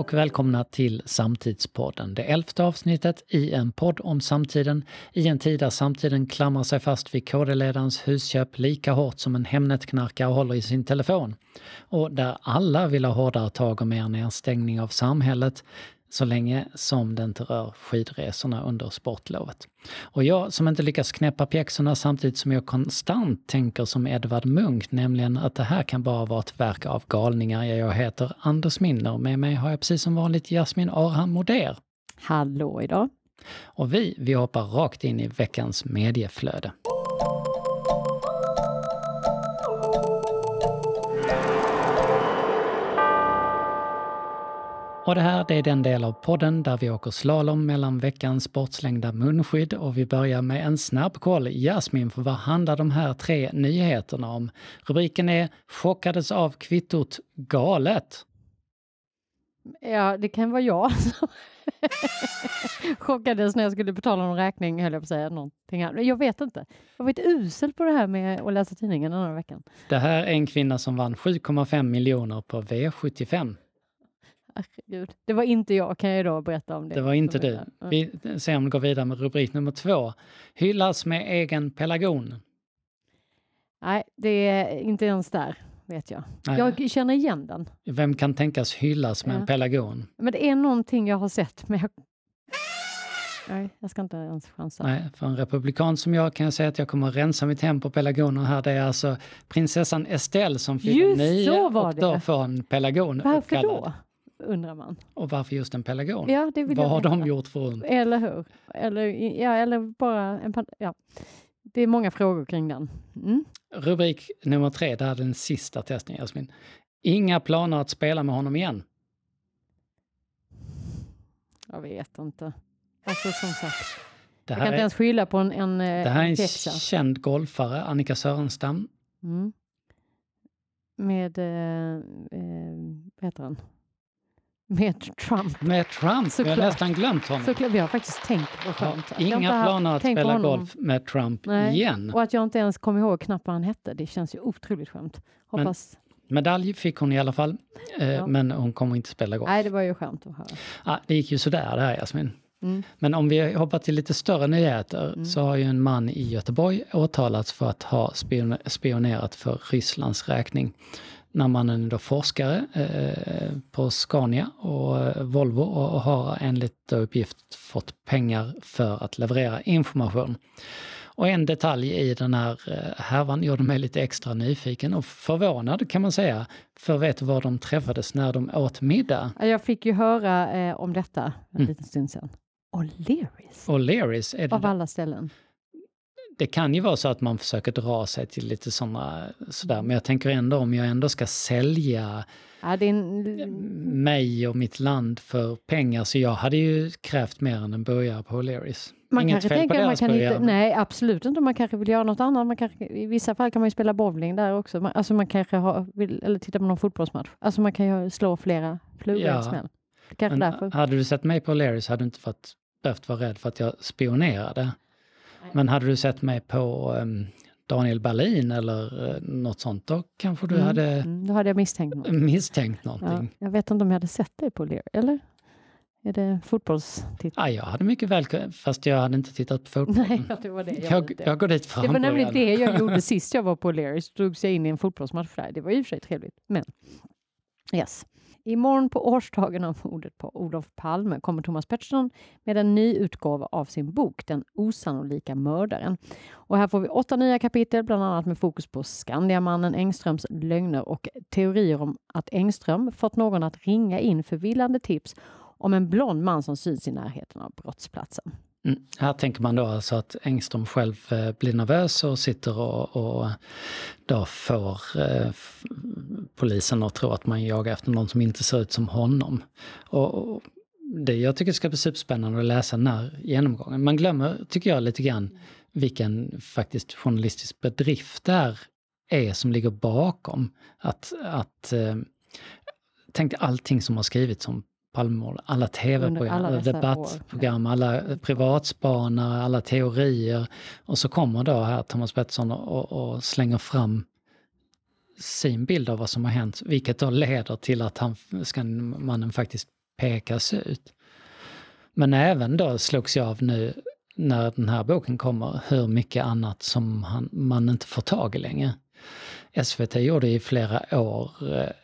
och välkomna till Samtidspodden. Det 11:e avsnittet i en podd om samtiden. I en tid där samtiden klamrar sig fast vid KD-ledarens husköp lika hårt som en Hemnet-knarkare håller i sin telefon. Och där alla vill ha hårdare tag och mer nedstängning av samhället så länge som det inte rör skidresorna under sportlovet. Och jag som inte lyckas knäppa pjäxorna samtidigt som jag konstant tänker som Edvard Munch, nämligen att det här kan bara vara ett verk av galningar. Jag heter Anders Minner, med mig har jag precis som vanligt Jasmin Arham Moder. Hallå idag. Och vi hoppar rakt in i veckans medieflöde. Och det här är den del av podden där vi åker slalom mellan veckans sportslängda munskydd, och vi börjar med en snabb koll. Jasmin, för vad handlar de här 3 nyheterna om? Rubriken är "Chockades av kvittot galet". Ja, det kan vara jag som chockades när jag skulle betala någon räkning, höll jag på att säga någonting här. Jag vet inte. Jag var lite usel på det här med att läsa tidningen den här veckan. Det här är en kvinna som vann 7,5 miljoner på V75. Gud. Det var inte jag, kan jag då berätta om det. Det var inte du. Vi ser om det går vidare med rubrik nummer 2. Hyllas med egen pelargon. Nej, det är inte ens där, vet jag. Nej. Jag känner igen den. Vem kan tänkas hyllas med en pelargon? Men det är någonting jag har sett. Men nej, jag ska inte ens chansa. Nej, för en republikan som jag kan jag säga att jag kommer att rensa mitt hem på pelargoner här. Det är alltså prinsessan Estelle som fyller 9 och då får en pelargon. Varför uppkallad. Då? Undrar man. Och varför just en pelargon? Ja, det vill vad jag har veta. De gjort för? Eller hur? Eller bara en det är många frågor kring den. Rubrik nummer 3, det är den sista testningen, Jasmin. Inga planer att spela med honom igen. Jag vet inte. Alltså som sagt. Jag kan inte ens skylla på en det här är en texa. känd golfare, Annika Sörenstam. Med vad heter han? Med Trump. Med Trump, jag har nästan glömt honom. Såklart, vi har faktiskt tänkt på skönt. Inga planer att spela golf med Trump igen. Och att jag inte ens kom ihåg knappt vad han hette, det känns ju otroligt skönt. Hoppas. Medalj fick hon i alla fall, men hon kommer inte spela golf. Nej, det var ju skönt att höra. Det gick ju sådär det här, Jasmin. Men om vi hoppar till lite större nyheter så har ju en man i Göteborg åtalats för att ha spionerat för Rysslands räkning. När mannen är då forskare på Scania och Volvo och har enligt uppgift fått pengar för att leverera information. Och en detalj i den här härvan gjorde mig lite extra nyfiken och förvånad kan man säga. För vet du var de träffades när de åt middag? Jag fick ju höra om detta en liten stund sedan. O'Learys är det. Av alla ställen. Det kan ju vara så att man försöker dra sig till lite sådär. Men jag tänker ändå om jag ändå ska sälja mig och mitt land för pengar. Så jag hade ju krävt mer än en burgare på O'Learys. Man kanske tänker att man kan inte, nej absolut inte, man kanske vill göra något annat. I vissa fall kan man ju spela bowling där också. Alltså man kanske vill, eller titta på någon fotbollsmatch. Alltså man kan ju slå flera flugor i en smäll. Kanske därför. Hade du sett mig på O'Learys hade du inte behövt vara rädd för att jag spionerade. Men hade du sett mig på Daniel Berlin eller något sånt, då kanske du hade... Då hade jag misstänkt någonting. Ja, jag vet inte om jag hade sett dig på O'Learys, eller? Är det fotbollstittare? Ja, jag hade mycket väl, fast jag hade inte tittat på fotboll. Nej, det var det jag går dit för det var nämligen det jag gjorde sist jag var på O'Learys. Drogs jag in i en fotbollsmatch för det. Det var ju för sig trevligt, men... Yes. Imorgon på årsdagen av mordet på Olof Palme kommer Thomas Pettersson med en ny utgåva av sin bok Den osannolika mördaren. Och här får vi 8 nya kapitel, bland annat med fokus på Skandiamannen Engströms lögner och teorier om att Engström fått någon att ringa in förvillande tips om en blond man som syns i närheten av brottsplatsen. Här tänker man då alltså att Engström själv blir nervös och sitter och då får polisen att tro att man jagar efter någon som inte ser ut som honom. Och det jag tycker ska bli superspännande att läsa den här genomgången. Man glömmer, tycker jag, lite grann vilken faktiskt journalistisk bedrift det är som ligger bakom. Tänk allting som har skrivits om Palmemord, alla tv-program, alla debattprogram, alla privatspanare, alla teorier. Och så kommer då här Thomas Pettersson och slänger fram sin bild av vad som har hänt. Vilket då leder till att mannen faktiskt pekas ut. Men även då slogs jag av nu när den här boken kommer hur mycket annat som man inte får tag i längre. SVT gjorde i flera år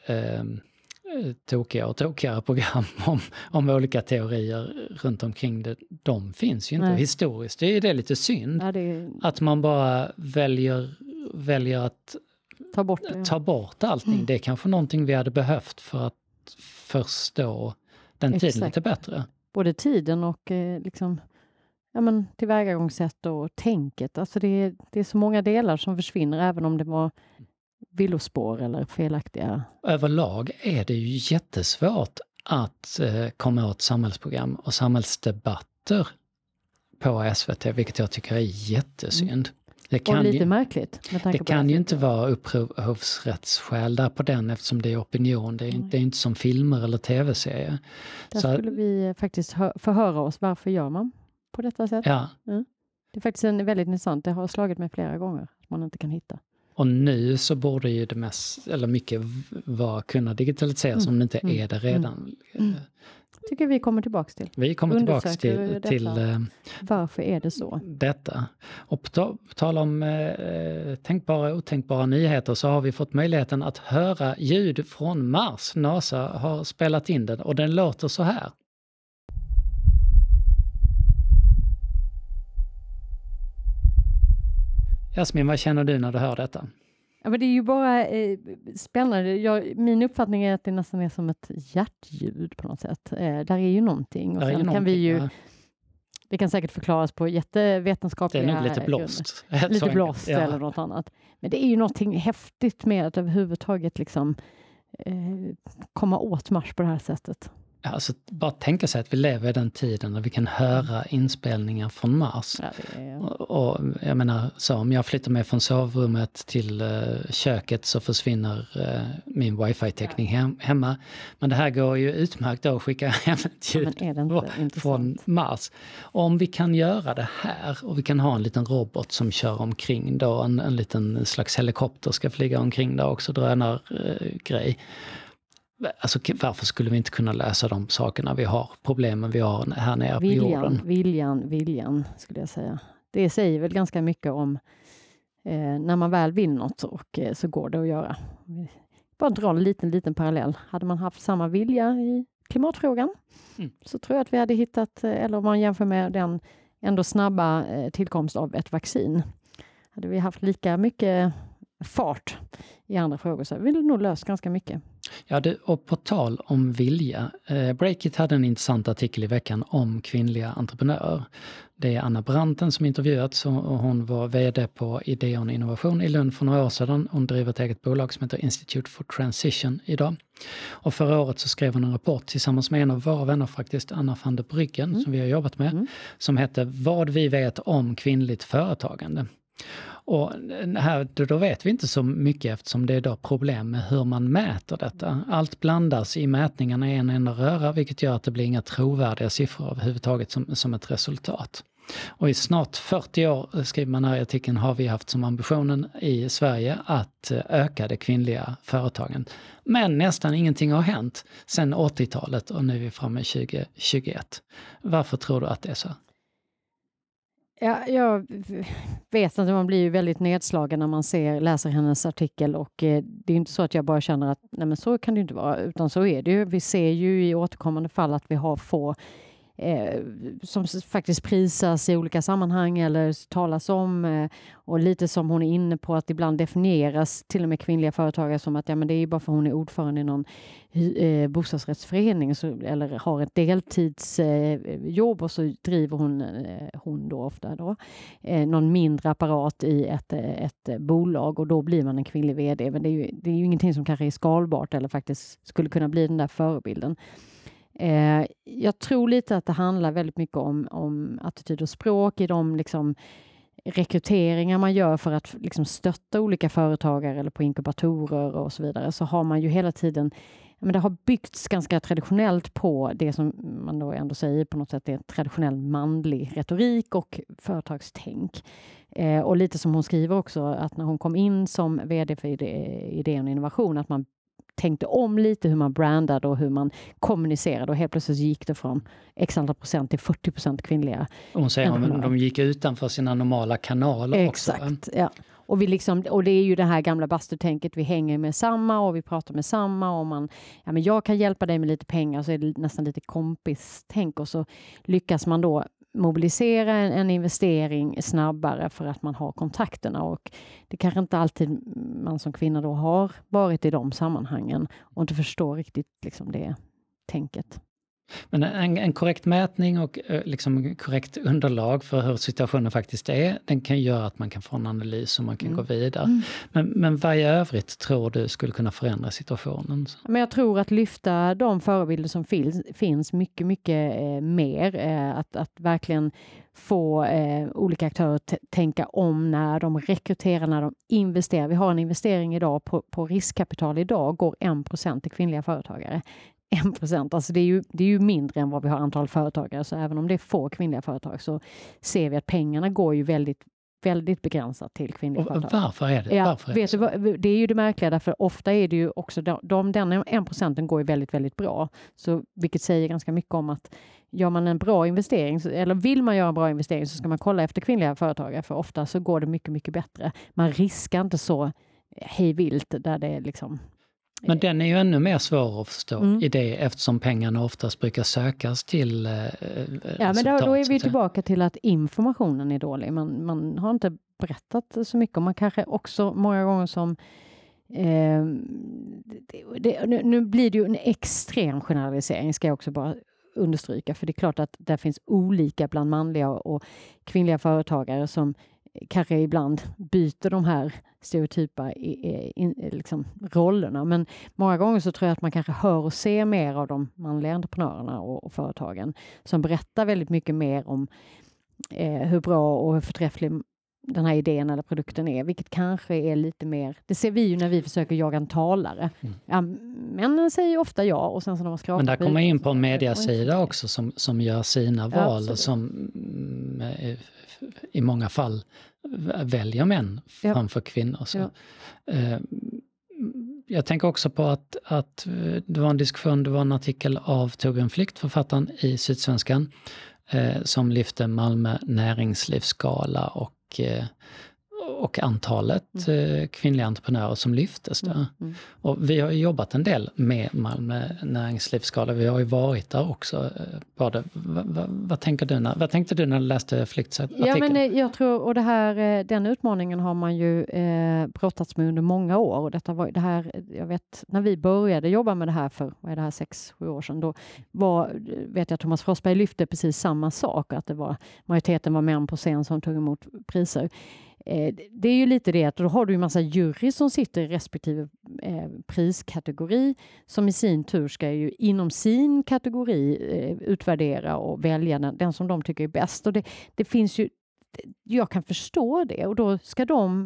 tokigare program om olika teorier runt omkring det. De finns ju inte. Nej. Historiskt är det lite synd. Ja, det Att man bara väljer att ta bort allting. Det är kanske någonting vi hade behövt för att förstå den tiden lite bättre. Både tiden och liksom, tillvägagångssätt och tänket. Alltså det är så många delar som försvinner, även om det var villospår eller felaktiga. Överlag är det ju jättesvårt att komma åt samhällsprogram och samhällsdebatter på SVT, vilket jag tycker är jättesynd. Och lite märkligt. Det kan ju inte vara upphovsrättsskäl där på den, eftersom det är opinion. Det är inte som filmer eller tv-serier. Där skulle vi faktiskt förhöra oss. Varför gör man på detta sätt? Ja. Det är faktiskt väldigt intressant. Det har slagit mig flera gånger att man inte kan hitta. Och nu så borde ju det mest, eller mycket kunna digitaliseras om det inte är det redan. Tycker vi kommer tillbaka till. Vi kommer tillbaka till varför är det så? Detta. Och på tal om tänkbara och otänkbara nyheter så har vi fått möjligheten att höra ljud från Mars. NASA har spelat in den och den låter så här. Jasmin, vad känner du när du hör detta? Ja, men det är ju bara spännande. Min uppfattning är att det nästan är som ett hjärtljud på något sätt. Där är ju någonting. Och sen kan vi ju... Det kan säkert förklaras på jättevetenskapliga... Det är nog lite blåst. Lite blåst eller något annat. Men det är ju någonting häftigt med att överhuvudtaget liksom komma åt Mars på det här sättet. Alltså, bara tänka sig att vi lever i den tiden när vi kan höra inspelningar från Mars. Ja, och jag menar, så om jag flyttar mig från sovrummet till köket så försvinner min wifi-täckning hemma. Men det här går ju utmärkt att skicka hem ett ljud från Mars. Och om vi kan göra det här och vi kan ha en liten robot som kör omkring då, en liten slags helikopter ska flyga omkring där också, drönargrej. Alltså, varför skulle vi inte kunna lösa de sakerna vi har, problemen vi har här nere på jorden? Viljan skulle jag säga. Det säger väl ganska mycket om när man väl vill något och så går det att göra. Bara dra en liten parallell. Hade man haft samma vilja i klimatfrågan så tror jag att vi hade hittat, eller om man jämför med den ändå snabba tillkomst av ett vaccin, hade vi haft lika mycket fart i andra frågor så vill det nog lösa ganska mycket. Ja, och på tal om vilja. Breakit hade en intressant artikel i veckan om kvinnliga entreprenörer. Det är Anna Branten som intervjuats och hon var vd på Ideon Innovation i Lund för några år sedan. Hon driver ett eget bolag som heter Institute for Transition idag. Och förra året så skrev hon en rapport tillsammans med en av våra vänner faktiskt, Anna van der Bryggen, som vi har jobbat med, som heter Vad vi vet om kvinnligt företagande. Och här, då vet vi inte så mycket eftersom det är då problem med hur man mäter detta. Allt blandas i mätningarna i en enda röra, vilket gör att det blir inga trovärdiga siffror överhuvudtaget som ett resultat. Och i snart 40 år, skriver man här i artikeln, har vi haft som ambitionen i Sverige att öka det kvinnliga företagen. Men nästan ingenting har hänt sedan 80-talet och nu är vi framme 2021. Varför tror du att det är så? Ja, jag vet att man blir ju väldigt nedslagen när man läser hennes artikel och det är inte så att jag bara känner att nej men så kan det inte vara, utan så är det ju. Vi ser ju i återkommande fall att vi har få som faktiskt prisas i olika sammanhang eller talas om och lite som hon är inne på att ibland definieras till och med kvinnliga företagare som att ja, men det är ju bara för hon är ordförande i någon bostadsrättsförening eller har ett deltidsjobb och så driver hon då ofta någon mindre apparat i ett bolag och då blir man en kvinnlig vd. Men det är ju ingenting som kanske är skalbart eller faktiskt skulle kunna bli den där förebilden. Jag tror lite att det handlar väldigt mycket om attityd och språk i de liksom rekryteringar man gör för att liksom stötta olika företagare eller på inkubatorer och så vidare, så har man ju hela tiden, men det har byggts ganska traditionellt på det som man då ändå säger på något sätt är traditionell manlig retorik och företagstänk. Och lite som hon skriver också, att när hon kom in som vd för Ideon Innovation, att man tänkte om lite hur man brandade och hur man kommunicerade, och helt plötsligt gick det från x antal procent till 40% kvinnliga. Hon säger att de gick utanför sina normala kanaler. Exakt, också. Ja. Och, och det är ju det här gamla bastutänket, vi hänger med samma och vi pratar med samma, och men jag kan hjälpa dig med lite pengar, så är det nästan lite kompistänk, och så lyckas man då mobilisera en investering snabbare för att man har kontakterna, och det kanske inte alltid man som kvinna då har varit i de sammanhangen och inte förstår riktigt liksom det tänket. Men en korrekt mätning och liksom korrekt underlag för hur situationen faktiskt är, den kan göra att man kan få en analys och man kan gå vidare. Men vad i övrigt tror du skulle kunna förändra situationen? Men jag tror att lyfta de förebilder som finns mycket, mycket mer. Att verkligen få olika aktörer att tänka om när de rekryterar, när de investerar. Vi har en investering idag på riskkapital idag, går 1% till kvinnliga företagare. 1%, alltså det är ju mindre än vad vi har antal företagare, så även om det är få kvinnliga företag så ser vi att pengarna går ju väldigt, väldigt begränsat till kvinnliga företag. Varför är det? Ja, varför är det, det är ju det märkliga, därför ofta är det ju också den 1% går ju väldigt, väldigt bra, så vilket säger ganska mycket om att gör man en bra investering, eller vill man göra en bra investering, så ska man kolla efter kvinnliga företagare, för ofta så går det mycket, mycket bättre. Man riskar inte så hejvilt där det är liksom. Men den är ju ännu mer svår att förstå i det, eftersom pengarna oftast brukar sökas till ja, men då är vi tillbaka till att informationen är dålig. Man har inte berättat så mycket, och man kanske också många gånger som nu blir det ju en extrem generalisering, ska jag också bara understryka, för det är klart att det finns olika bland manliga och kvinnliga företagare som kanske ibland byter de här stereotypa liksom rollerna, men många gånger så tror jag att man kanske hör och ser mer av de manliga entreprenörerna och företagen som berättar väldigt mycket mer om hur bra och hur förträfflig den här idén eller produkten är, vilket kanske är lite mer, det ser vi ju när vi försöker jaga en talare. Ja, männen säger ofta ja, och sen så de har skrapat. Men där kommer man in på en mediasida också som gör sina val, ja, och som i många fall väljer män framför kvinnor. Så. Ja. Jag tänker också på att det var en diskussion, det var en artikel av Torbjörn Flykt, författaren i Sydsvenskan, som lyfte Malmö näringslivsskala och antalet kvinnliga entreprenörer som lyftes där. Och vi har ju jobbat en del med Malmö näringslivsskala. Vi har ju varit där också. Vad tänkte du när du läste Flykts artikel? Ja, men jag tror, och den utmaningen har man ju brottats med under många år. Och det här, jag vet, när vi började jobba med det här för 6-7 år sedan, då vet jag Thomas Forsberg lyfte precis samma sak, att majoriteten var män på scen som tog emot priser. Det är ju lite det att då har du en massa jury som sitter i respektive priskategori, som i sin tur ska ju inom sin kategori utvärdera och välja den som de tycker är bäst. Och det finns ju, jag kan förstå det, och då ska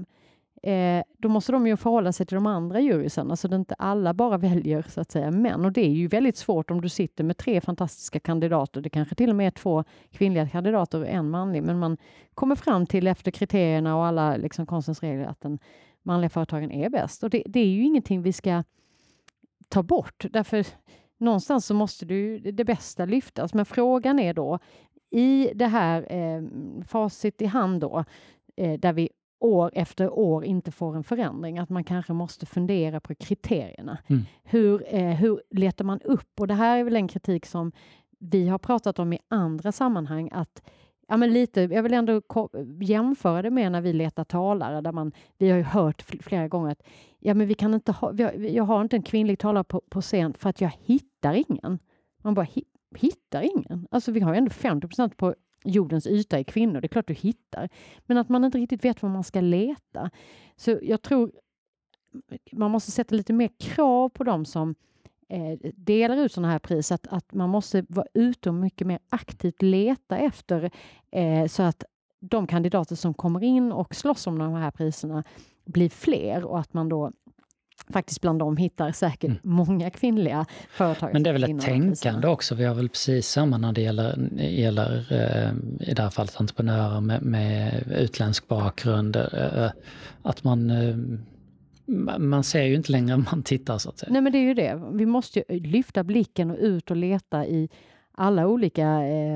då måste de ju förhålla sig till de andra juryerna, så att inte alla bara väljer så att säga män. Och det är ju väldigt svårt om du sitter med 3 fantastiska kandidater, det kanske till och med är 2 kvinnliga kandidater och 1 manlig, men man kommer fram till efter kriterierna och alla liksom konstens regler att den manliga företagen är bäst. Och det är ju ingenting vi ska ta bort, därför någonstans så måste det bästa lyftas. Men frågan är då, i det här facit i hand då, där vi år efter år inte får en förändring, att man kanske måste fundera på kriterierna. Hur letar man upp? Och det här är väl en kritik som vi har pratat om i andra sammanhang, att jag vill ändå jämföra det med när vi letar talare, där vi har ju hört flera gånger att men vi kan inte jag har inte en kvinnlig talare på scen för att jag hittar ingen. Man bara hittar ingen. Alltså vi har ju ändå 50% på jordens yta i kvinnor, det är klart du hittar. Men att man inte riktigt vet var man ska leta. Så jag tror man måste sätta lite mer krav på dem som delar ut sådana här pris, att man måste vara ute och mycket mer aktivt leta efter så att de kandidater som kommer in och slåss om de här priserna blir fler, och att man då faktiskt bland dem hittar säkert många kvinnliga företag. Men det är väl ett tänkande också. Vi har väl precis samma när det gäller i det här fallet entreprenörer med utländsk bakgrund. Att Man ser ju inte längre om man tittar så att säga. Nej, men det är ju det. Vi måste ju lyfta blicken och ut och leta i alla olika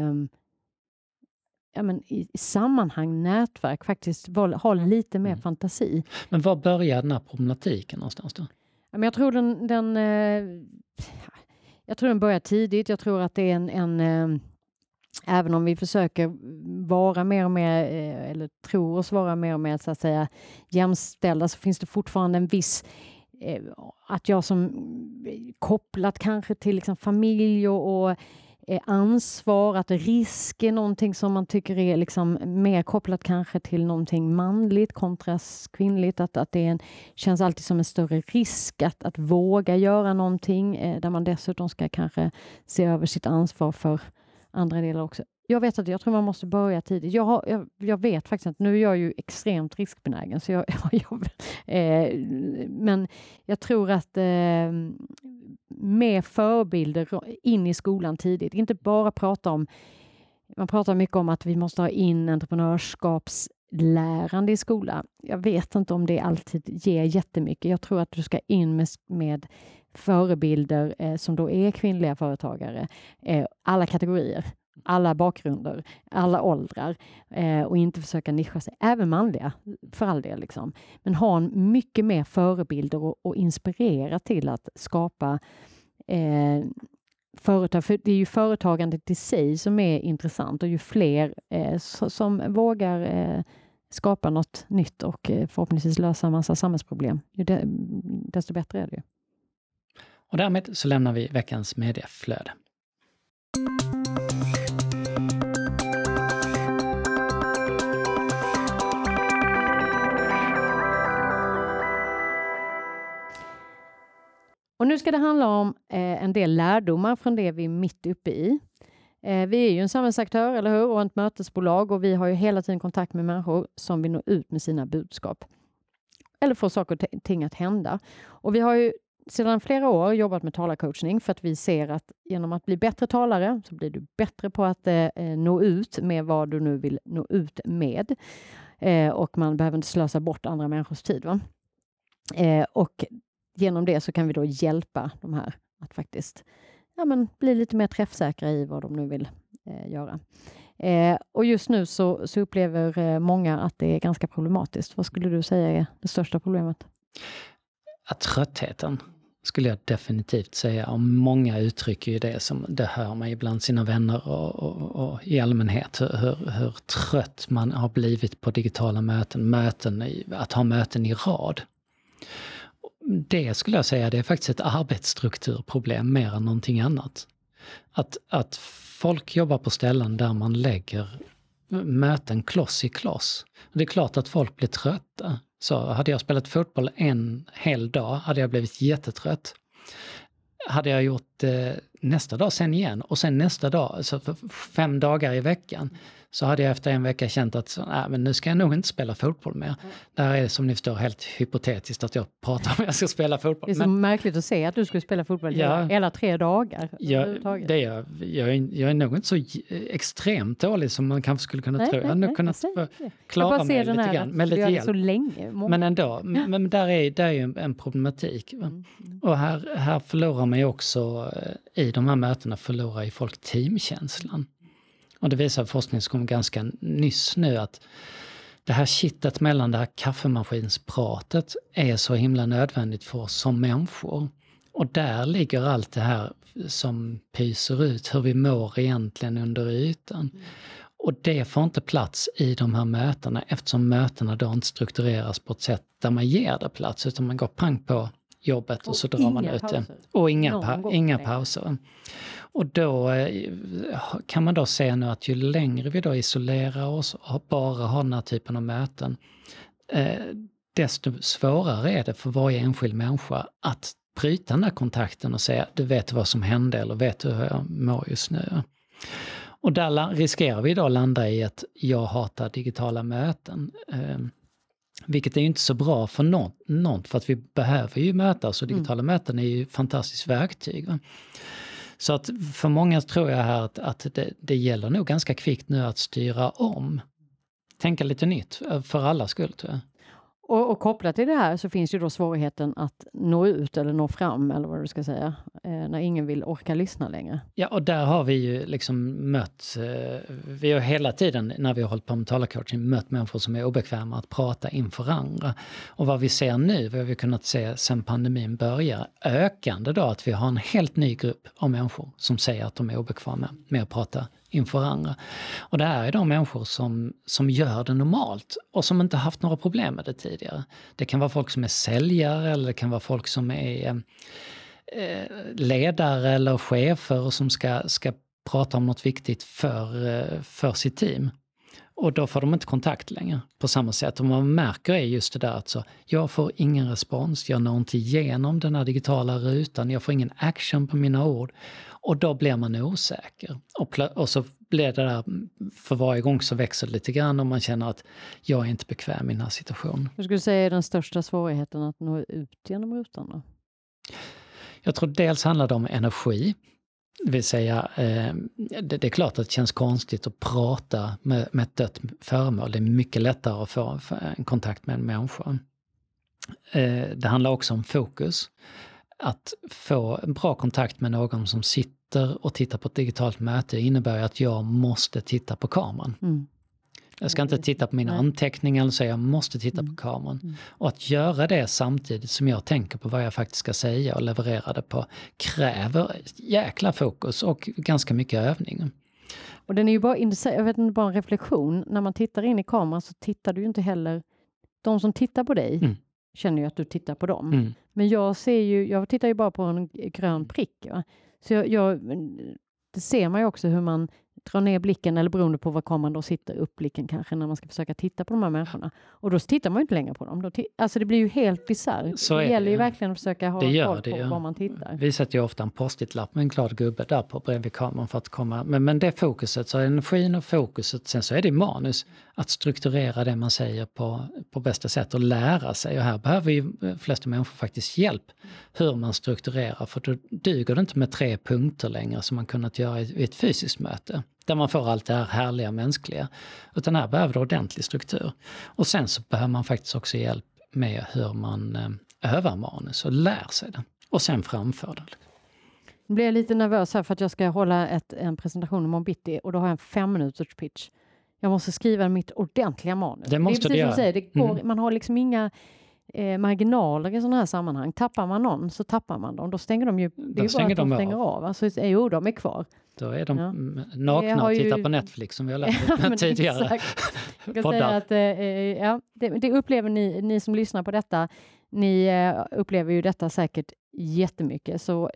i sammanhang, nätverk, faktiskt ha lite mer fantasi. Men var börjar den här problematiken någonstans då? Ja, men jag tror den börjar tidigt. Jag tror att det är en även om vi försöker vara mer och mer, eller tror oss vara mer och mer så att säga jämställda, så finns det fortfarande en viss att jag som kopplat kanske till liksom familj och ansvar, att risk är någonting som man tycker är liksom mer kopplat kanske till någonting manligt kontra kvinnligt, att det känns alltid som en större risk att våga göra någonting där man dessutom ska kanske se över sitt ansvar för andra delar också. Jag tror man måste börja tidigt. Jag vet faktiskt att nu är jag ju extremt riskbenägen, så men jag tror att med förebilder in i skolan tidigt. Inte bara man pratar mycket om att vi måste ha in entreprenörskapslärande i skolan. Jag vet inte om det alltid ger jättemycket. Jag tror att du ska in med förebilder som då är kvinnliga företagare. Alla kategorier, alla bakgrunder, alla åldrar, och inte försöka nischa sig. Även manliga, för all del. Liksom. Men ha mycket mer förebilder och inspirera till att skapa företag. För det är ju företagandet i sig som är intressant, och ju fler som vågar skapa något nytt och förhoppningsvis lösa en massa samhällsproblem, desto bättre är det ju. Och därmed så lämnar vi veckans medieflöde. Och nu ska det handla om en del lärdomar från det vi är mitt uppe i. Vi är ju en samhällsaktör, eller hur? Och ett mötesbolag, och vi har ju hela tiden kontakt med människor som vill nå ut med sina budskap. Eller få saker och ting att hända. Och vi har ju sedan flera år jobbat med talarcoachning, för att vi ser att genom att bli bättre talare så blir du bättre på att nå ut med vad du nu vill nå ut med. Och man behöver inte slösa bort andra människors tid. Va? Och genom det så kan vi då hjälpa de här att faktiskt bli lite mer träffsäkra i vad de nu vill göra. Och just nu så upplever många att det är ganska problematiskt. Vad skulle du säga är det största problemet? Att tröttheten skulle jag definitivt säga. Och många uttrycker ju det, som det hör man ibland sina vänner och i allmänhet. Hur trött man har blivit på digitala möten, att ha möten i rad. Det skulle jag säga, det är faktiskt ett arbetsstrukturproblem mer än någonting annat. Att folk jobbar på ställen där man lägger möten kloss i kloss. Det är klart att folk blir trötta. Så hade jag spelat fotboll en hel dag hade jag blivit jättetrött. Hade jag gjort det nästa dag sen igen och sen nästa dag, så för 5 dagar i veckan, så hade jag efter en vecka känt att men nu ska jag nog inte spela fotboll mer. Det här är, som ni förstår, helt hypotetiskt att jag pratar om att jag ska spela fotboll. Det är så märkligt att se att du skulle spela fotboll hela 3 dagar. Jag är nog inte så extremt dålig som man kanske skulle kunna tro. Jag har nog kunnat klara mig lite grann med lite hjälp. Så länge. Men ändå, men där är ju en problematik. Och här förlorar man ju också, i de här mötena förlorar ju folk teamkänslan. Och det visar forskning som kom ganska nyss nu, att det här kittet mellan det här kaffemaskinspratet är så himla nödvändigt för oss som människor. Och där ligger allt det här som pyser ut, hur vi mår egentligen under ytan. Och det får inte plats i de här mötena, eftersom mötena då inte struktureras på ett sätt där man ger det plats, utan man går pang på jobbet och så drar man ut det. Och inga pauser. Och då kan man då se nu att ju längre vi då isolerar oss och bara har den här typen av möten, desto svårare är det för varje enskild människa att bryta den här kontakten och säga, du vet vad som hände eller vet du hur jag mår just nu. Och där riskerar vi då landa i att jag hatar digitala möten. Vilket är ju inte så bra för någon, för att vi behöver ju mötas, och digitala möten är ju ett fantastiskt verktyg. Va? Så att för många tror jag här att det gäller nog ganska kvickt nu att styra om. Tänka lite nytt för alla skull, tror jag. Och kopplat till det här så finns ju då svårigheten att nå ut eller nå fram, eller vad du ska säga, när ingen vill orka lyssna längre. Ja, och där har vi ju liksom mött, vi har hela tiden när vi har hållit på med talarcoaching mött människor som är obekväma att prata inför andra. Och vad vi ser nu, vad vi kunnat se sedan pandemin börjar, ökande då att vi har en helt ny grupp av människor som säger att de är obekväma med att prata inför andra. Och det här är de människor som gör det normalt och som inte haft några problem med det tidigare. Det kan vara folk som är säljare eller det kan vara folk som är ledare eller chefer och som ska prata om något viktigt för sitt team. Och då får de inte kontakt längre på samma sätt. Och man märker är just det där att så, jag får ingen respons, jag når inte igenom den här digitala rutan, jag får ingen action på mina ord. Och då blir man osäker. Och så blir det där, för varje gång så växer det lite grann och man känner att jag är inte bekväm i den här situationen. Jag skulle säga den största svårigheten att nå ut genom rutan då? Jag tror dels handlar det om energi. Det vill säga, det är klart att det känns konstigt att prata med ett dött föremål. Det är mycket lättare att få en kontakt med en människa. Det handlar också om fokus. Att få en bra kontakt med någon som sitter och tittar på ett digitalt möte innebär att jag måste titta på kameran. Mm. Jag ska inte titta på mina anteckningar, så jag måste titta på kameran. Mm. Och att göra det samtidigt som jag tänker på vad jag faktiskt ska säga och leverera det på kräver jäkla fokus och ganska mycket övning. Och den är ju bara, jag vet inte, bara en reflektion. När man tittar in i kameran så tittar du ju inte heller, de som tittar på dig känner ju att du tittar på dem. Mm. Men jag tittar ju bara på en grön prick. Va? Så det ser man ju också hur man drar ner blicken, eller beroende på vad kameran då sitter, upp blicken kanske när man ska försöka titta på de här människorna. Och då tittar man ju inte längre på dem. Alltså det blir ju helt bisarrt. Det gäller ju verkligen att försöka ha koll på var man tittar. Vi sätter ju ofta en post-it-lapp med en glad gubbe där på bredvid kameran för att komma. Men det fokuset, så energin och fokuset, sen så är det manus att strukturera det man säger på bästa sätt och lära sig. Och här behöver ju flesta människor faktiskt hjälp hur man strukturerar. För då duger det inte med 3 punkter längre som man kunnat göra i ett fysiskt möte. Där man får allt det här härliga mänskliga. Utan här behöver det ordentlig struktur. Och sen så behöver man faktiskt också hjälp med hur man övar manus och lär sig det. Och sen framför det. Nu blir jag lite nervös här för att jag ska hålla en presentation om bitti. Och då har jag en 5 minuters pitch. Jag måste skriva mitt ordentliga manus. Det måste du göra. Det går, man har liksom inga marginaler i sådana här sammanhang. Tappar man någon så tappar man dem. Då stänger de ju, det är bara att de stänger av. Alltså, de är kvar. Då är de nakna och tittar på Netflix som vi har lärt tidigare. Jag kan säga att det upplever ni som lyssnar på detta. Ni upplever ju detta säkert jättemycket. Så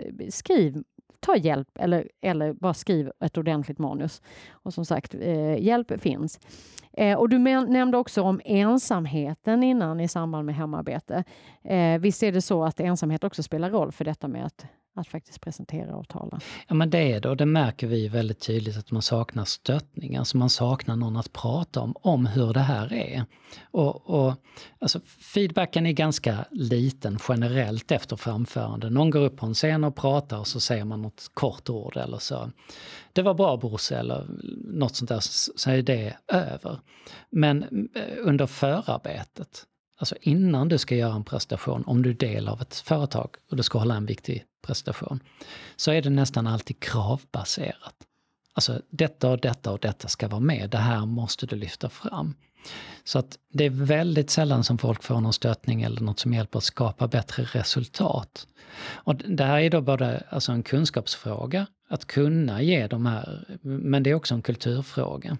ta hjälp eller bara skriv ett ordentligt manus. Och som sagt, hjälp finns. Och du nämnde också om ensamheten innan i samband med hemarbete. Visst är det så att ensamhet också spelar roll för detta med att faktiskt presentera och tala? Ja, men det är det, och det märker vi väldigt tydligt att man saknar stöttning. Alltså man saknar någon att prata om hur det här är. Och alltså feedbacken är ganska liten generellt efter framförande. Någon går upp på en scen och pratar och så säger man något kort ord eller så. Det var bra Bosse eller något sånt där, så är det över. Men under förarbetet, alltså innan du ska göra en prestation, om du är del av ett företag och du ska hålla en viktig prestation, så är det nästan alltid kravbaserat. Alltså detta och detta och detta ska vara med, det här måste du lyfta fram. Så att det är väldigt sällan som folk får någon stöttning eller något som hjälper att skapa bättre resultat. Och det här är då både alltså en kunskapsfråga, att kunna ge de här, men det är också en kulturfråga.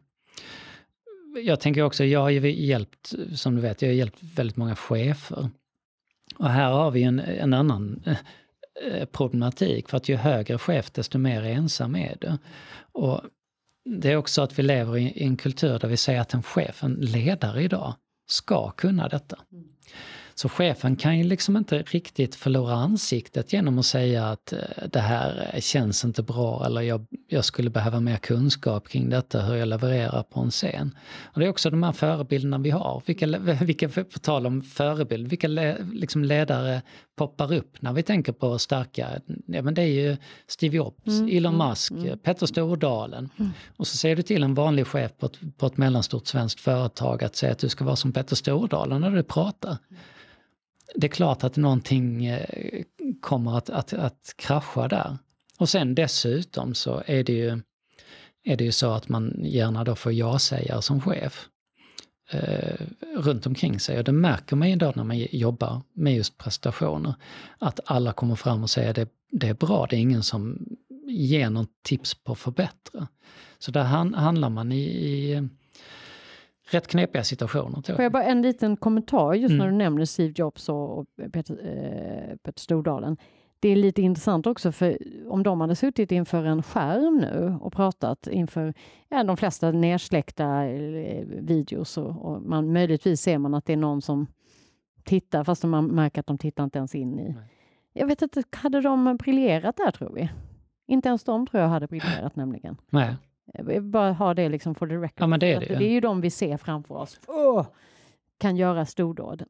Jag tänker också, jag har hjälpt, som du vet, jag har hjälpt väldigt många chefer. Och här har vi en annan problematik, för att ju högre chef desto mer ensam är det. Och det är också att vi lever i en kultur där vi säger att en ledare idag, ska kunna detta. Så chefen kan ju liksom inte riktigt förlora ansiktet genom att säga att det här känns inte bra, eller jag skulle behöva mer kunskap kring detta, hur jag levererar på en scen. Och det är också de här förebilderna vi har. Vilka på tal om förebild, vilka liksom ledare poppar upp när vi tänker på starka, ja, men det är ju Steve Jobs, Elon Musk, Petter Stordalen. Och så ser du till en vanlig chef på ett mellanstort svenskt företag att säga att du ska vara som Petter Stordalen när du pratar. Det är klart att någonting kommer att krascha där. Och sen dessutom så är det ju så att man gärna då får ja-sägare som chef runt omkring sig. Och det märker man ju då när man jobbar med just prestationer. Att alla kommer fram och säger det är bra, det är ingen som ger någon tips på att förbättra. Så där handlar man i rätt knepiga situationer. Får jag bara en liten kommentar just när du nämner Steve Jobs och Petter Stordalen. Det är lite intressant också, för om de hade suttit inför en skärm nu och pratat inför de flesta nersläckta videos och möjligtvis ser man att det är någon som tittar fast man märker att de tittar inte ens in i. Nej. Jag vet inte, hade de briljerat där tror vi? Inte ens de tror jag hade briljerat nämligen. Nej. Jag bara ha det liksom for the record. Ja, men det är det. Det är ju de vi ser framför oss. Kan göra stordåd.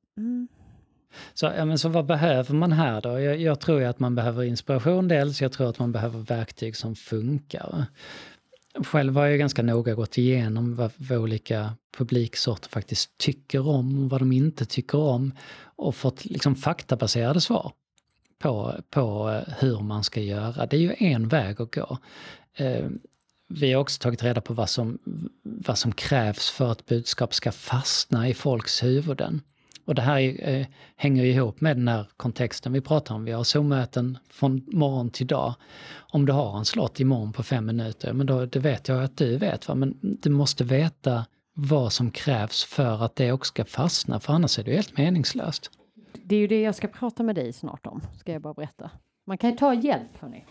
Så vad behöver man här då? Jag tror ju att man behöver inspiration dels. Jag tror att man behöver verktyg som funkar. Själv har jag ganska noga gått igenom vad olika publiksorter faktiskt tycker om och vad de inte tycker om. Och fått liksom faktabaserade svar på hur man ska göra. Det är ju en väg att gå. Vi har också tagit reda på vad som krävs för att budskap ska fastna i folks huvuden. Och det här hänger ihop med den här kontexten vi pratar om. Vi har Zoom-möten från morgon till dag. Om du har en slott imorgon på 5 minuter, men då, det vet jag att du vet. Va? Men du måste veta vad som krävs för att det också ska fastna, för annars är det helt meningslöst. Det är ju det jag ska prata med dig snart om, ska jag bara berätta. Man kan ju ta hjälp, hörni.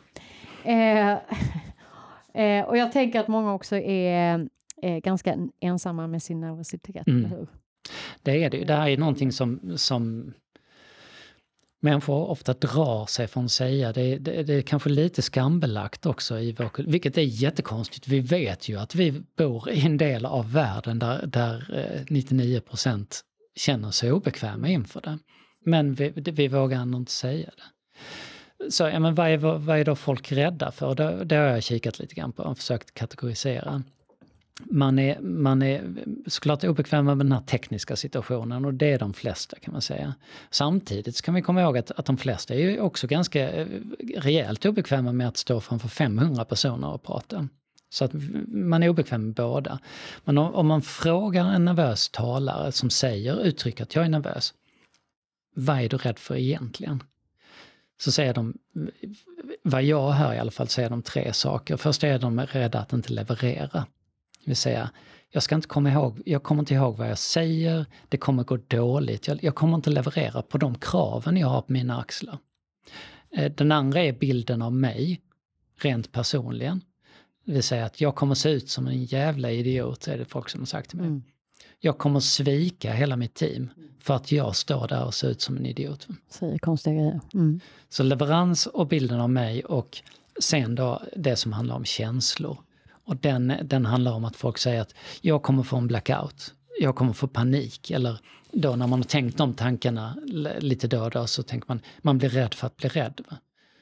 Och jag tänker att många också är ganska ensamma med sin nervositet, eller hur? Det är det. Det här är någonting som människor ofta drar sig från att säga. Det är kanske lite skambelagt också, vilket är jättekonstigt. Vi vet ju att vi bor i en del av världen där 99% känner sig obekväma inför det. Men vi vågar ändå inte säga det. Så ja, men vad är då folk rädda för? Det har jag kikat lite grann på och försökt kategorisera. Man är såklart obekväm med den här tekniska situationen, och det är de flesta, kan man säga. Samtidigt så kan vi komma ihåg att de flesta är ju också ganska rejält obekväma med att stå framför 500 personer och prata. Så att man är obekväm med båda. Men om man frågar en nervös talare som uttrycker att jag är nervös, vad är du rädd för egentligen? Så säger de, vad jag hör i alla fall, säger de 3 saker. Först är de rädda att inte leverera. Det vill säga, jag kommer inte ihåg vad jag säger, det kommer gå dåligt, jag kommer inte leverera på de kraven jag har på mina axlar. Den andra är bilden av mig, rent personligen. Det vill säga att jag kommer se ut som en jävla idiot, är det folk som har sagt till mig. Jag kommer svika hela mitt team för att jag står där och ser ut som en idiot. Säger konstiga grejer. Så leverans och bilden av mig, och sen då det som handlar om känslor. Och den handlar om att folk säger att jag kommer få en blackout, jag kommer få panik. Eller då när man har tänkt de tankarna lite då så tänker man blir rädd för att bli rädd. Va?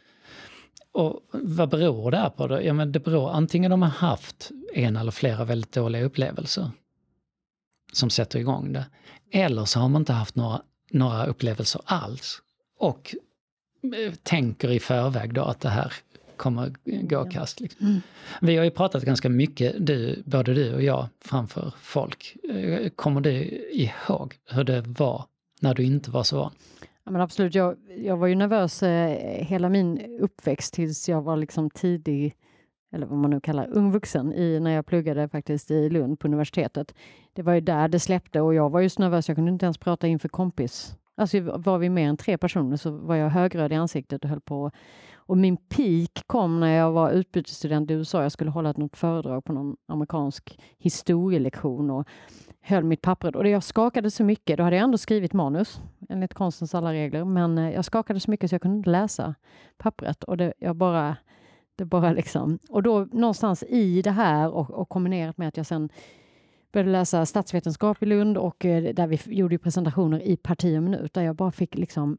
Och vad beror det här på då? Ja, men det beror antingen de har haft en eller flera väldigt dåliga upplevelser som sätter igång det. Eller så har man inte haft några upplevelser alls. Och tänker i förväg då att det här kommer gå kast. Liksom. Vi har ju pratat ganska mycket, både du och jag, framför folk. Kommer du ihåg hur det var när du inte var så van? Ja, men absolut. Jag var ju nervös hela min uppväxt tills jag var liksom tidig, eller vad man nu kallar ung vuxen, när jag pluggade faktiskt i Lund på universitetet. Det var ju där det släppte, och jag var ju så nervös, jag kunde inte ens prata inför kompis. Alltså var vi mer än 3 personer så var jag högröd i ansiktet och höll på. Och min peak kom när jag var utbytesstudent i USA. Jag skulle hålla något föredrag på någon amerikansk historielektion och höll mitt papper. Och jag skakade så mycket. Då hade jag ändå skrivit manus enligt konstens alla regler. Men jag skakade så mycket så jag kunde inte läsa pappret. Och det bara liksom. Och då någonstans i det här och kombinerat med att jag sen började läsa statsvetenskap i Lund, och där vi gjorde presentationer i parti och minut, där jag bara fick liksom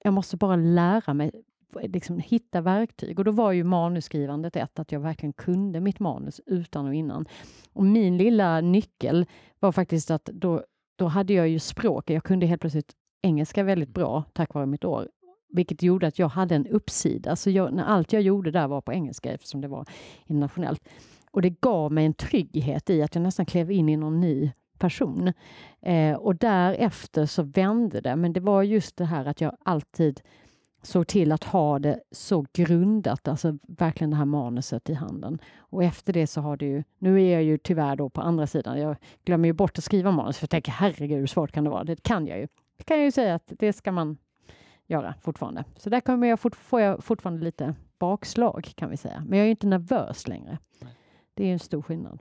jag måste bara lära mig liksom hitta verktyg. Och då var ju manusskrivandet att jag verkligen kunde mitt manus utan och innan. Och min lilla nyckel var faktiskt att då hade jag ju språk. Jag kunde helt plötsligt engelska väldigt bra tack vare mitt år. Vilket gjorde att jag hade en uppsida. Så när allt jag gjorde där var på engelska eftersom det var internationellt. Och det gav mig en trygghet i att jag nästan klev in i någon ny person. Och därefter så vände det. Men det var just det här att jag alltid såg till att ha det så grundat. Alltså verkligen det här manuset i handen. Och efter det så har det ju... Nu är jag ju tyvärr då på andra sidan. Jag glömmer ju bort att skriva manus. För jag tänker, herregud hur svårt kan det vara? Det kan jag ju. Det kan jag ju säga att det ska man göra fortfarande. Så där får jag fortfarande lite bakslag kan vi säga. Men jag är ju inte nervös längre. Det är en stor skillnad.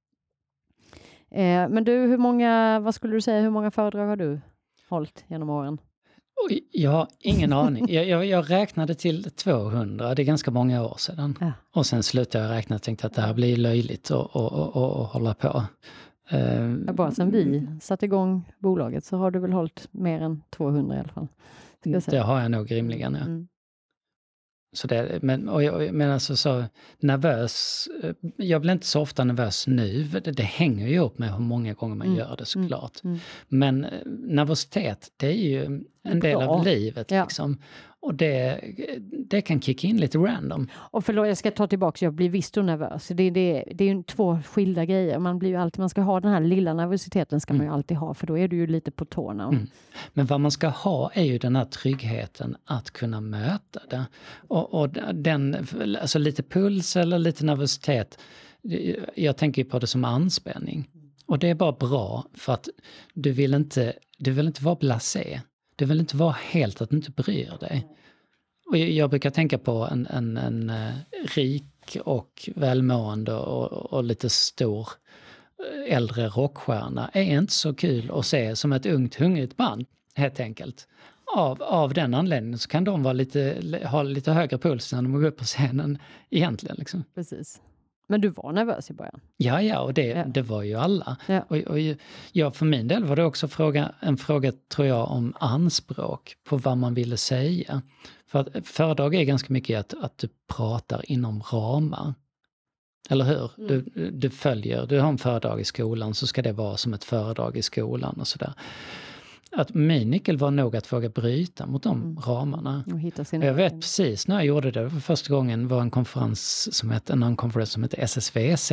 Men du, vad skulle du säga, hur många föredrag har du hållit genom åren? Oj, jag har ingen aning. Jag räknade till 200, det är ganska många år sedan. Ja. Och sen slutade jag räkna och tänkte att det här blir löjligt att hålla på. Bara sen vi satte igång bolaget så har du väl hållit mer än 200 i alla fall. Det har jag nog rimligen, ja. Mm. Så det, men alltså så nervös, jag blir inte så ofta nervös nu, det hänger ju upp med hur många gånger man gör det såklart. Men nervositet, det är ju en del av livet liksom. Och det kan kicka in lite random. Och förlåt, jag ska ta tillbaka, jag blir visst och nervös. Det är ju två skilda grejer. Man ska ha den här lilla nervositeten ska man ju alltid ha, för då är du ju lite på tårna. Men vad man ska ha är ju den här tryggheten att kunna möta det. Och den, alltså lite puls eller lite nervositet, jag tänker ju på det som anspänning. Och det är bara bra för att du vill inte vara blasé. Du vill inte vara helt att du inte bryr dig. Och jag brukar tänka på en rik och välmående och lite stor äldre rockstjärna är inte så kul att se som ett ungt hungrigt band, helt enkelt. Av den anledningen så kan de ha lite högre puls när de går upp på scenen egentligen. Liksom. Precis. Men du var nervös i början? Ja, och det var ju alla. Ja. Och för min del var det också en fråga, tror jag, om anspråk på vad man ville säga. För att föredrag är ganska mycket att du pratar inom ramar. Eller hur? Du har en föredrag i skolan, så ska det vara som ett föredrag i skolan och sådär. Att min nyckel var nog att våga bryta mot de ramarna. Jag vet precis när jag gjorde det för första gången var en konferens som hette SSVC.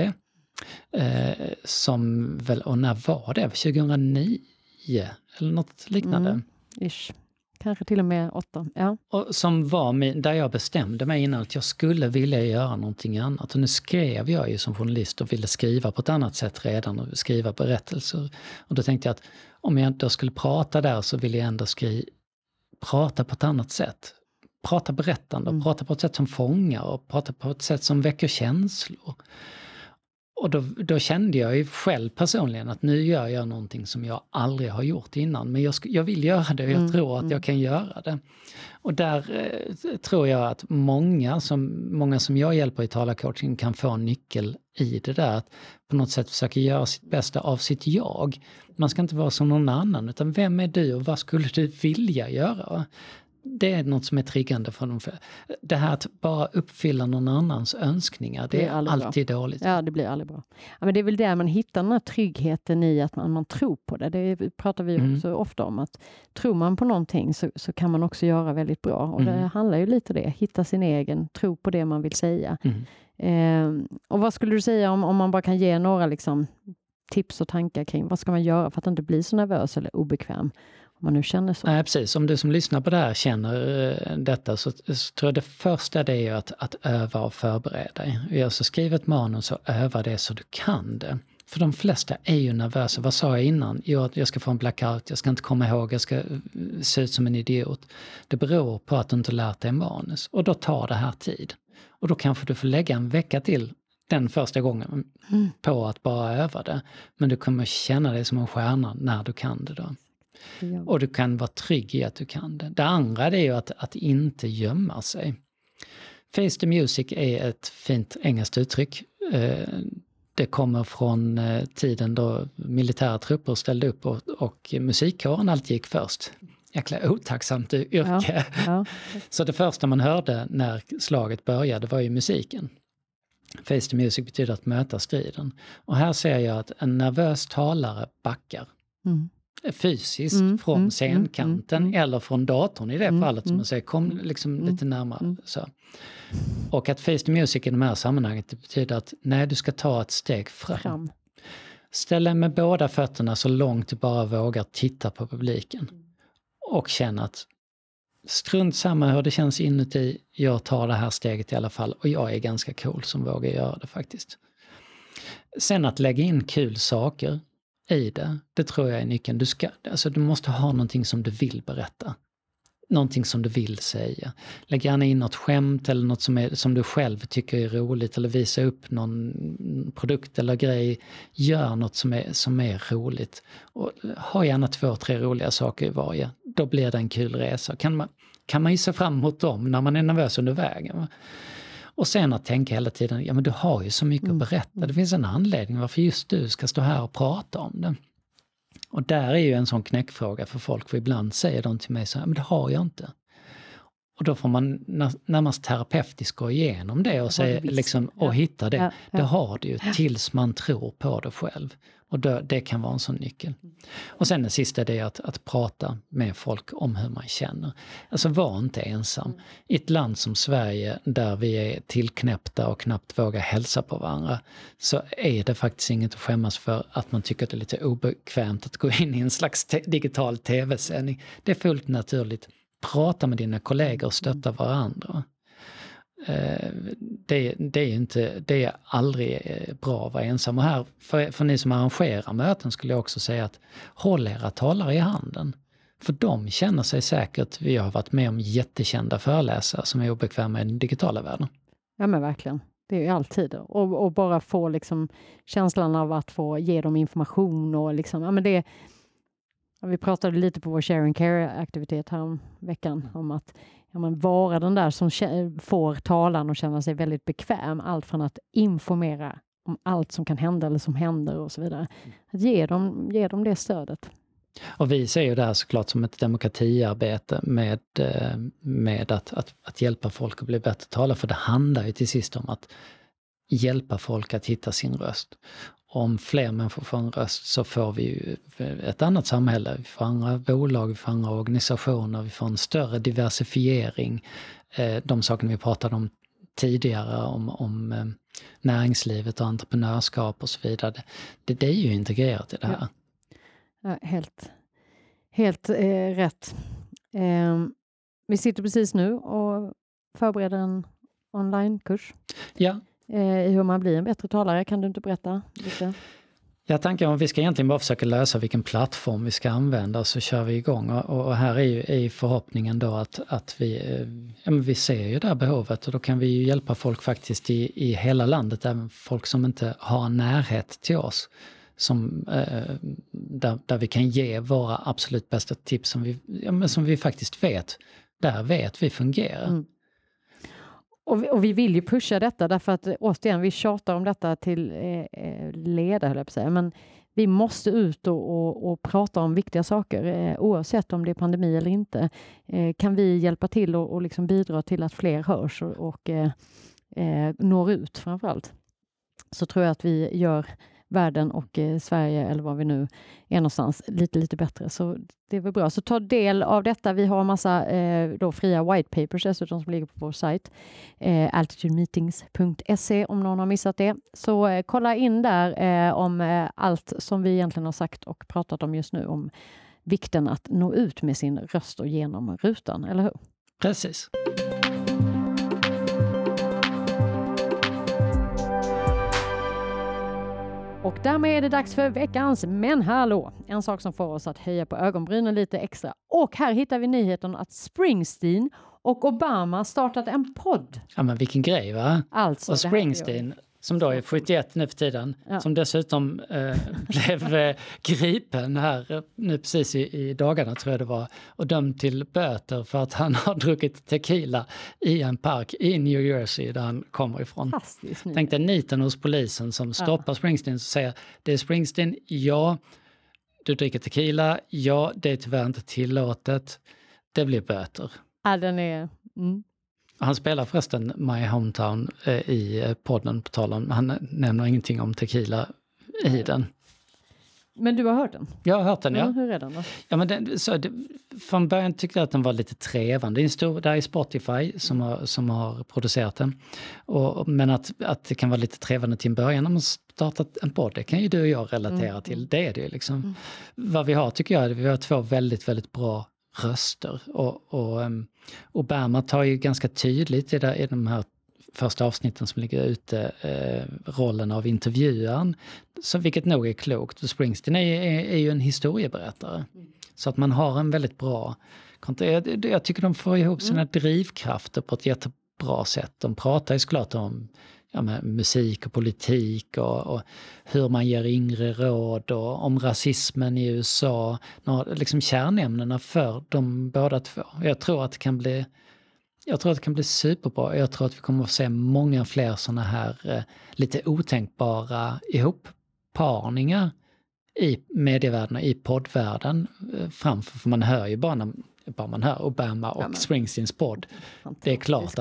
Som väl, och när var det? 2009 eller något liknande. Ish. Kanske till och med 8. Ja. Och som var där jag bestämde mig innan att jag skulle vilja göra någonting annat. Och nu skrev jag ju som journalist och ville skriva på ett annat sätt redan och skriva berättelser. Och då tänkte jag att om jag inte skulle prata där så ville jag ändå prata på ett annat sätt. Prata berättande och prata på ett sätt som fångar och prata på ett sätt som väcker känslor. Och då kände jag ju själv personligen att nu gör jag någonting som jag aldrig har gjort innan. Men jag vill göra det och jag tror att jag kan göra det. Och där tror jag att många som jag hjälper i talarcoaching kan få en nyckel i det där. Att på något sätt försöka göra sitt bästa av sitt jag. Man ska inte vara som någon annan, utan vem är du och vad skulle du vilja göra? Det är något som är triggande för dem. Det här att bara uppfylla någon annans önskningar, det är alltid dåligt. Ja, det blir aldrig bra. Ja, men det är väl där man hittar den här tryggheten i att man tror på det. Det pratar vi också ofta om. Att tror man på någonting så kan man också göra väldigt bra. Och det handlar ju lite om det. Hitta sin egen, tro på det man vill säga. Och vad skulle du säga om man bara kan ge några liksom, tips och tankar kring vad ska man göra för att inte bli så nervös eller obekväm? Man nu känner så. Nej, precis. Om du som lyssnar på det här känner detta så tror jag det första det är att öva och förbereda dig. Vi har alltså skrivit manus och öva det så du kan det. För de flesta är ju nervösa. Vad sa jag innan? Jo, att jag ska få en blackout, jag ska inte komma ihåg, jag ska se ut som en idiot. Det beror på att du inte lärt dig manus. Och då tar det här tid. Och då kanske du får lägga en vecka till den första gången på att bara öva det. Men du kommer känna dig som en stjärna när du kan det då. Ja. Och du kan vara trygg i att du kan det. Det andra är ju att inte gömma sig. Face the music är ett fint engelskt uttryck. Det kommer från tiden då militära trupper ställde upp och musikkåren alltid gick först. jäkla otacksamt yrke. Ja. Så det första man hörde när slaget började var ju musiken. Face the music betyder att möta striden. Och här ser jag att en nervös talare backar. Fysiskt från scenkanten eller från datorn i det fallet, som man säger, kom liksom lite närmare. Så. Och att face the music i de här sammanhanget, det betyder att nej, du ska ta ett steg fram. Ställ dig med båda fötterna så långt du bara vågar titta på publiken. Och känna att strunt samma hur det känns inuti, jag tar det här steget i alla fall. Och jag är ganska cool som vågar göra det faktiskt. Sen att lägga in kul saker i det tror jag är nyckeln. Du måste ha någonting som du vill berätta. Någonting som du vill säga. Lägg gärna in något skämt eller något som du själv tycker är roligt, eller visa upp någon produkt eller grej. Gör något som är roligt. Och ha gärna 2-3 roliga saker i varje. Då blir det en kul resa. Kan man ju se fram emot dem när man är nervös under vägen. Och sen att tänka hela tiden, ja men du har ju så mycket att berätta. Det finns en anledning varför just du ska stå här och prata om det. Och där är ju en sån knäckfråga för folk, för ibland säger de till mig så här, men det har jag inte. Och då får man närmast terapeutiskt gå igenom det och, och hitta det. Det har du ju tills man tror på det själv. Och det kan vara en sån nyckel. Och sen det sista, det är att prata med folk om hur man känner. Alltså var inte ensam. I ett land som Sverige där vi är tillknäppta och knappt vågar hälsa på varandra, så är det faktiskt inget att skämmas för att man tycker att det är lite obekvämt att gå in i en slags digital tv-sändning. Det är fullt naturligt. Prata med dina kollegor och stötta varandra. Det är aldrig bra att vara ensam. Och här, för ni som arrangerar möten, skulle jag också säga att håll era talare i handen. För de känner sig säkert, vi har varit med om jättekända föreläsare som är obekväma i den digitala världen. Ja men verkligen, det är ju alltid. Och bara få liksom känslan av att få ge dem information och liksom, ja men det. Vi pratade lite på vår Share and Care-aktivitet här om veckan om att vara den där som får talan och känna sig väldigt bekväm. Allt från att informera om allt som kan hända eller som händer och så vidare. Att ge dem det stödet. Och vi ser ju det här såklart som ett demokratiarbete med att hjälpa folk att bli bättre talare. För det handlar ju till sist om att hjälpa folk att hitta sin röst. Om fler människor får en röst så får vi ju ett annat samhälle. Vi får andra bolag, vi får andra organisationer, vi får en större diversifiering. De sakerna vi pratade om tidigare, om näringslivet och entreprenörskap och så vidare. Det är ju integrerat i det här. Ja, helt rätt. Vi sitter precis nu och förbereder en onlinekurs. Ja. I hur man blir en bättre talare. Kan du inte berätta lite? Jag tänker om vi ska egentligen bara försöka lösa vilken plattform vi ska använda, så kör vi igång. Och här är ju förhoppningen då att vi ser ju det här behovet, och då kan vi ju hjälpa folk faktiskt i hela landet, även folk som inte har en närhet till oss. Där vi kan ge våra absolut bästa tips som vi faktiskt vet vi fungerar. Mm. Och vi vill ju pusha detta därför att återigen, vi tjatar om detta till leda, höll jag på att säga. Men vi måste ut och prata om viktiga saker oavsett om det är pandemi eller inte. Kan vi hjälpa till och liksom bidra till att fler hörs och når ut framförallt, så tror jag att vi gör världen och Sverige, eller var vi nu är någonstans, lite bättre. Så det är väl bra. Så ta del av detta. Vi har en massa fria white papers dessutom som ligger på vår sajt. altitudemeetings.se om någon har missat det. Så kolla in där om allt som vi egentligen har sagt och pratat om just nu, om vikten att nå ut med sin röst och genom rutan, eller hur? Precis. Och därmed är det dags för veckans Men hallå! En sak som får oss att höja på ögonbrynen lite extra. Och här hittar vi nyheten att Springsteen och Obama startat en podd. Ja men vilken grej, va? Alltså, och Springsteen, som då är 71 nu för tiden, som dessutom blev gripen här nu precis i dagarna, tror jag det var, och dömd till böter för att han har druckit tequila i en park i New Jersey där han kommer ifrån. Tänk dig niten hos polisen som stoppar Springsteen och säger, det är Springsteen, ja, du dricker tequila, ja, det är tyvärr inte tillåtet. Det blir böter. Ja, den är... Han spelar förresten My Hometown i podden på tal om, han nämner ingenting om tequila i den. Men du har hört den? Jag har hört den, ja. Hur är den då? Ja, men från början tyckte jag att den var lite trevande. Det är Spotify som har producerat den. Men att det kan vara lite trevande till en början när man startat en podd, det kan ju du och jag relatera till. Det är det ju liksom. Vad vi har tycker jag, vi har 2 väldigt, väldigt bra röster. Och Berma tar ju ganska tydligt i de här första avsnitten som ligger ute rollen av intervjuaren, så vilket nog är klokt. Springsteen är ju en historieberättare. Så att man har en väldigt bra... Jag tycker de får ihop sina drivkrafter på ett jättebra sätt. De pratar ju såklart om musik och politik och hur man ger yngre råd och om rasismen i USA. Liksom kärnämnena för de båda två. Jag tror att det kan bli superbra. Jag tror att vi kommer att se många fler såna här lite otänkbara ihopparningar i medievärlden och i poddvärlden framför. För man hör ju bara man hör Obama och Springsteens podd. Det är klart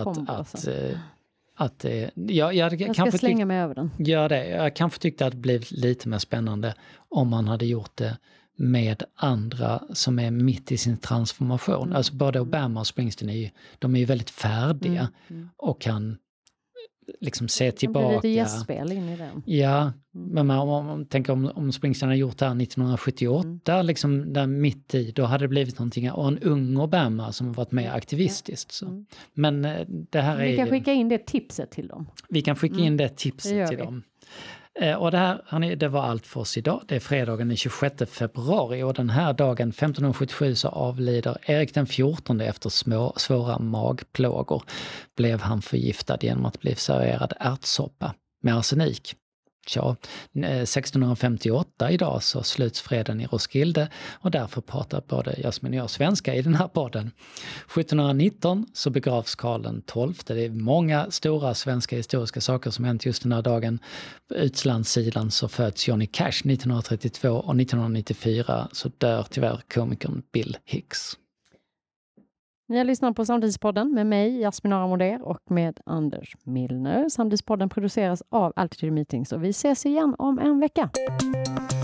att jag ska slänga mig över den. Gör det. Jag kanske tyckte att det blev lite mer spännande om man hade gjort det med andra som är mitt i sin transformation. Alltså både Obama och Springsteen de är ju väldigt färdiga och kan liksom se tillbaka. Det blir lite gästspel in i den. Ja, men om tänker om Springsteen hade gjort det här 1978, liksom där mitt i, då hade det blivit någonting, och en ung Obama som har varit mer aktivistiskt. Så. Men det här vi kan skicka in det tipset till dem. Vi kan skicka in det tipset till dem. Och det här, det var allt för oss idag. Det är fredagen den 26 februari och den här dagen 1577 så avlider Erik den 14 efter svåra magplågor. Blev han förgiftad genom att bli serverad ärtsoppa med arsenik. Ja, 1658 idag så sluts freden i Roskilde och därför pratar både Jasmin och jag svenska i den här podden. 1719 så begravs Karl XII. Det är många stora svenska historiska saker som hänt just den här dagen. På utlandssidan så föds Johnny Cash 1932 och 1994 så dör tyvärr komikern Bill Hicks. Ni har lyssnat på Samtidspodden med mig, Jasmin Aramoder, och med Anders Milner. Samtidspodden produceras av Altitude Meetings och vi ses igen om en vecka.